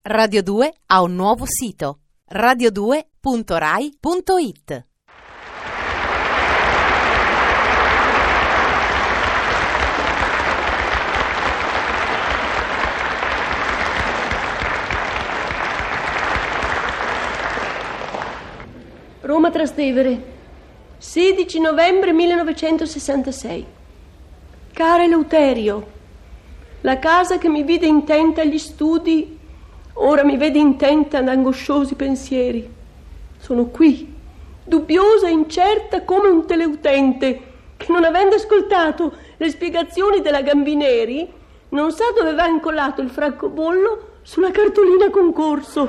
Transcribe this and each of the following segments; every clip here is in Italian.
Radio 2 ha un nuovo sito: radio2.rai.it. Roma Trastevere, 16 novembre 1966. Cara Eleuterio, la casa che mi vide intenta agli studi ora mi vede intenta ad angosciosi pensieri. Sono qui, dubbiosa e incerta come un teleutente che, non avendo ascoltato le spiegazioni della Gambineri, non sa dove va incollato il francobollo sulla cartolina concorso.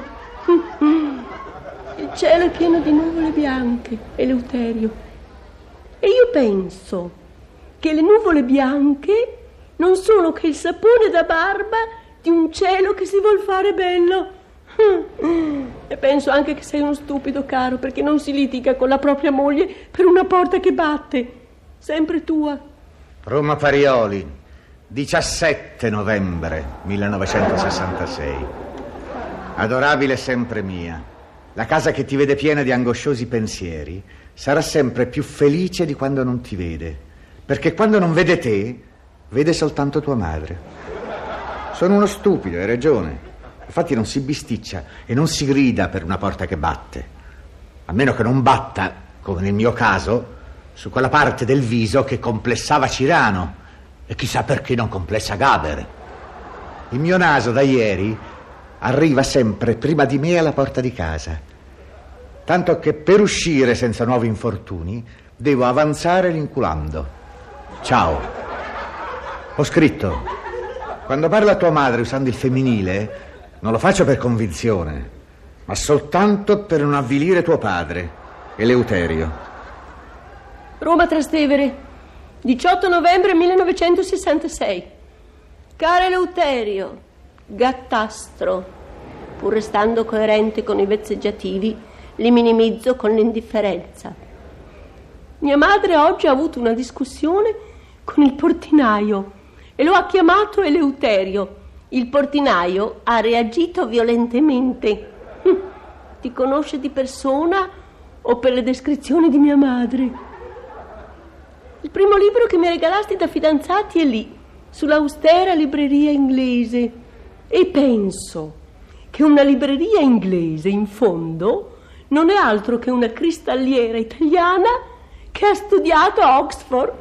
Il cielo è pieno di nuvole bianche, Eleuterio, e io penso che le nuvole bianche non sono che il sapone da barba di un cielo che si vuol fare bello. E penso anche che sei uno stupido, caro, perché non si litiga con la propria moglie per una porta che batte. Sempre tua. Roma Parioli, 17 novembre 1966. Adorabile sempre mia, la casa che ti vede piena di angosciosi pensieri sarà sempre più felice di quando non ti vede, perché quando non vede te, vede soltanto tua madre. Sono uno stupido, hai ragione. Infatti non si bisticcia e non si grida per una porta che batte, a meno che non batta, come nel mio caso, su quella parte del viso che complessava Cirano e chissà perché non complessa Gaber. Il mio naso da ieri arriva sempre prima di me alla porta di casa, tanto che per uscire senza nuovi infortuni devo avanzare l'inculando. Ciao. Ho scritto. Quando parla tua madre usando il femminile non lo faccio per convinzione, ma soltanto per non avvilire tuo padre, Eleuterio. Roma Trastevere, 18 novembre 1966. Caro Eleuterio, gattastro, pur restando coerente con i vezzeggiativi, li minimizzo con l'indifferenza. Mia madre oggi ha avuto una discussione con il portinaio e lo ha chiamato Eleuterio. Il portinaio ha reagito violentemente. Ti conosce di persona o per le descrizioni di mia madre? Il primo libro che mi regalasti da fidanzati è lì, sull'austera libreria inglese, e penso che una libreria inglese, in fondo, non è altro che una cristalliera italiana che ha studiato a Oxford.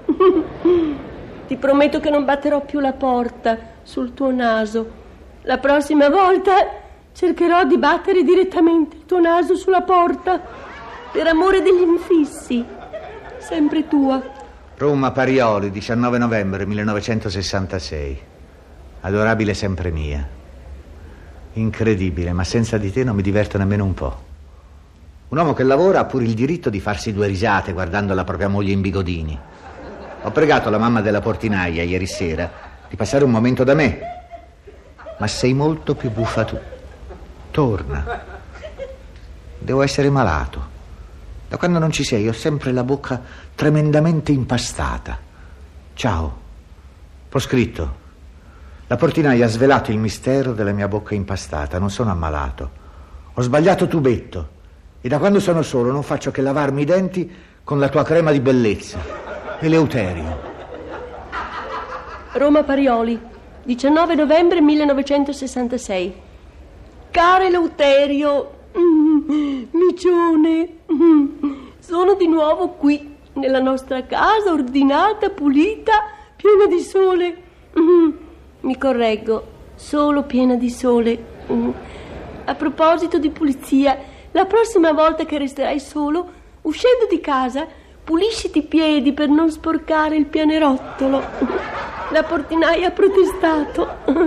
Ti prometto che non batterò più la porta sul tuo naso. La prossima volta cercherò di battere direttamente il tuo naso sulla porta, per amore degli infissi. Sempre tua. Roma Parioli, 19 novembre 1966. Adorabile sempre mia. Incredibile, ma senza di te non mi diverto nemmeno un po'. Un uomo che lavora ha pure il diritto di farsi due risate guardando la propria moglie in bigodini. Ho pregato la mamma della portinaia ieri sera di passare un momento da me, ma sei molto più buffa tu. Torna. Devo essere malato. Da quando non ci sei ho sempre la bocca tremendamente impastata. Ciao. Ho scritto. La portinaia ha svelato il mistero della mia bocca impastata. Non sono ammalato. Ho sbagliato tubetto e da quando sono solo non faccio che lavarmi i denti con la tua crema di bellezza. Eleuterio. Roma Parioli, 19 novembre 1966. Caro Eleuterio, micione, sono di nuovo qui, nella nostra casa, ordinata, pulita, piena di sole. Mi correggo, solo piena di sole. A proposito di pulizia, la prossima volta che resterai solo, uscendo di casa, pulisciti i piedi per non sporcare il pianerottolo. La portinaia ha protestato.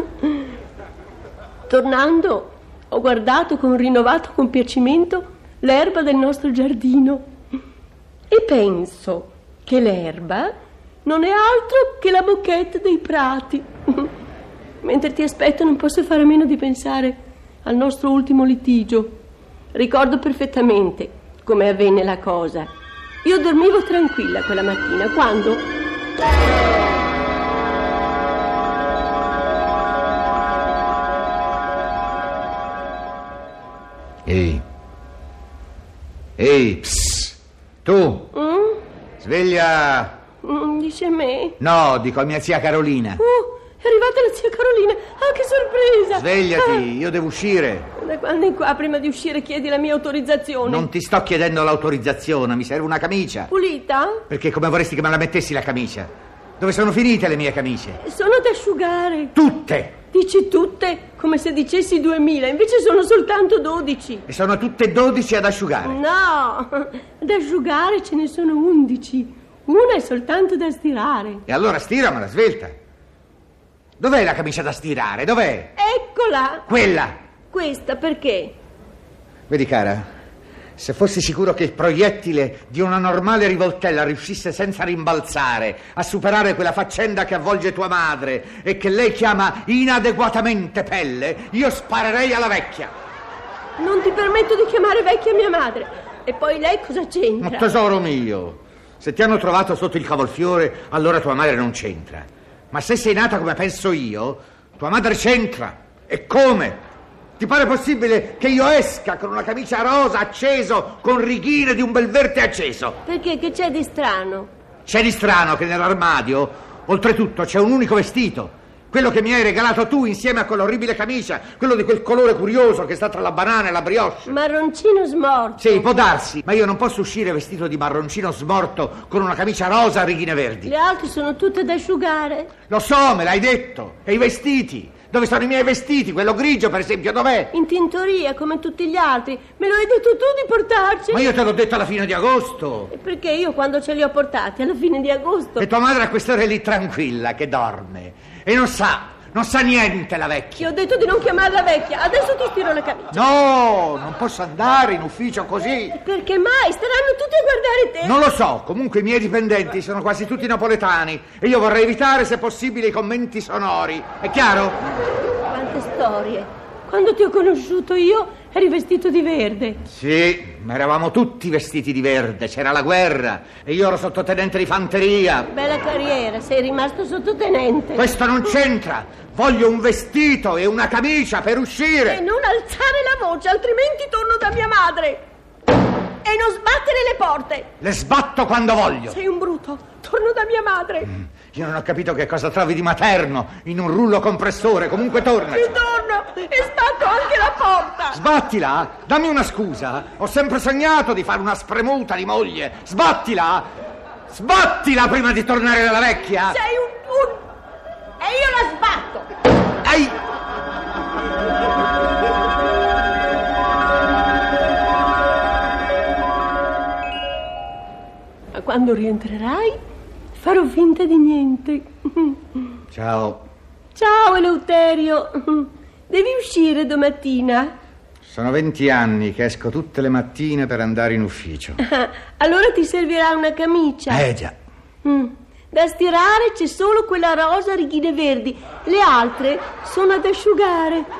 Tornando, ho guardato con rinnovato compiacimento l'erba del nostro giardino e penso che l'erba non è altro che la moquette dei prati. Mentre ti aspetto non posso fare a meno di pensare al nostro ultimo litigio. Ricordo perfettamente come avvenne la cosa. Io dormivo tranquilla quella mattina quando... Ehi, psst, tu, sveglia. Dice a me? No, dico a mia zia Carolina. È arrivata la zia Carolina. Ah, che sorpresa! Svegliati, io devo uscire. Da quando in qua, prima di uscire, chiedi la mia autorizzazione? Non ti sto chiedendo l'autorizzazione, mi serve una camicia. Pulita? Perché come vorresti che me la mettessi la camicia? Dove sono finite le mie camicie? Sono da asciugare. Tutte! Dici tutte? Come se dicessi 2000, invece sono soltanto 12. E sono tutte 12 ad asciugare. No, da asciugare ce ne sono 11. Una è soltanto da stirare. E allora stiramela, svelta. Dov'è la camicia da stirare? Dov'è? Eccola! Quella! Questa perché? Vedi, cara, se fossi sicuro che il proiettile di una normale rivoltella riuscisse senza rimbalzare a superare quella faccenda che avvolge tua madre e che lei chiama inadeguatamente pelle, io sparerei alla vecchia. Non ti permetto di chiamare vecchia mia madre. E poi lei cosa c'entra? Ma tesoro mio, se ti hanno trovato sotto il cavolfiore, allora tua madre non c'entra. Ma se sei nata come penso io, tua madre c'entra. E come? Ti pare possibile che io esca con una camicia rosa acceso, con righine di un bel verde acceso? Perché? Che c'è di strano? C'è di strano che nell'armadio, oltretutto, c'è un unico vestito. Quello che mi hai regalato tu insieme a quell'orribile camicia, quello di quel colore curioso che sta tra la banana e la brioche. Marroncino smorto. Sì, può darsi, ma io non posso uscire vestito di marroncino smorto con una camicia rosa a righine verdi. Le altre sono tutte da asciugare. Lo so, me l'hai detto. E i vestiti? Dove sono i miei vestiti? Quello grigio, per esempio, dov'è? In tintoria, come tutti gli altri. Me lo hai detto tu di portarci. Ma io te l'ho detto alla fine di agosto. E perché io quando ce li ho portati alla fine di agosto? E tua madre a quest'ora è lì tranquilla, che dorme. E non sa niente la Ti vecchia. ho detto di non chiamarla vecchia. Adesso ti stiro la camicia. No, non posso andare in ufficio così. Perché mai? Staranno tutti a guardare te. Non lo so, comunque i miei dipendenti sono quasi tutti napoletani e io vorrei evitare, se possibile, i commenti sonori. È chiaro? Quante storie. Quando ti ho conosciuto io eri vestito di verde. Sì, ma eravamo tutti vestiti di verde, c'era la guerra e io ero sottotenente di fanteria. Bella carriera, sei rimasto sottotenente. Questo non c'entra. Voglio un vestito e una camicia per uscire. E non alzare la voce, altrimenti torno da mia madre. E non sbattere le porte. Le sbatto quando voglio. Sei un bruto, torno da mia madre. Io non ho capito che cosa trovi di materno in un rullo compressore, comunque tornaci. E torno e sbatto anche la porta. Sbattila, dammi una scusa. Ho sempre sognato di fare una spremuta di moglie. Sbattila prima di tornare dalla vecchia. Sei un... E io la sbatto. Ehi! Ma quando rientrerai farò finta di niente. Ciao. Ciao Eleuterio. Devi uscire domattina? Sono 20 anni che esco tutte le mattine per andare in ufficio. Allora ti servirà una camicia. Già. Da stirare c'è solo quella rosa a righine verdi. Le altre sono ad asciugare.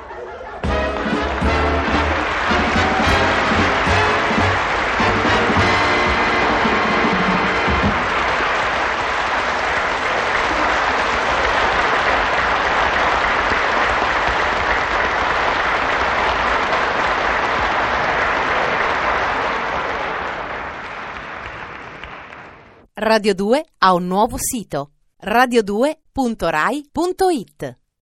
Radio 2 ha un nuovo sito: radio2.rai.it.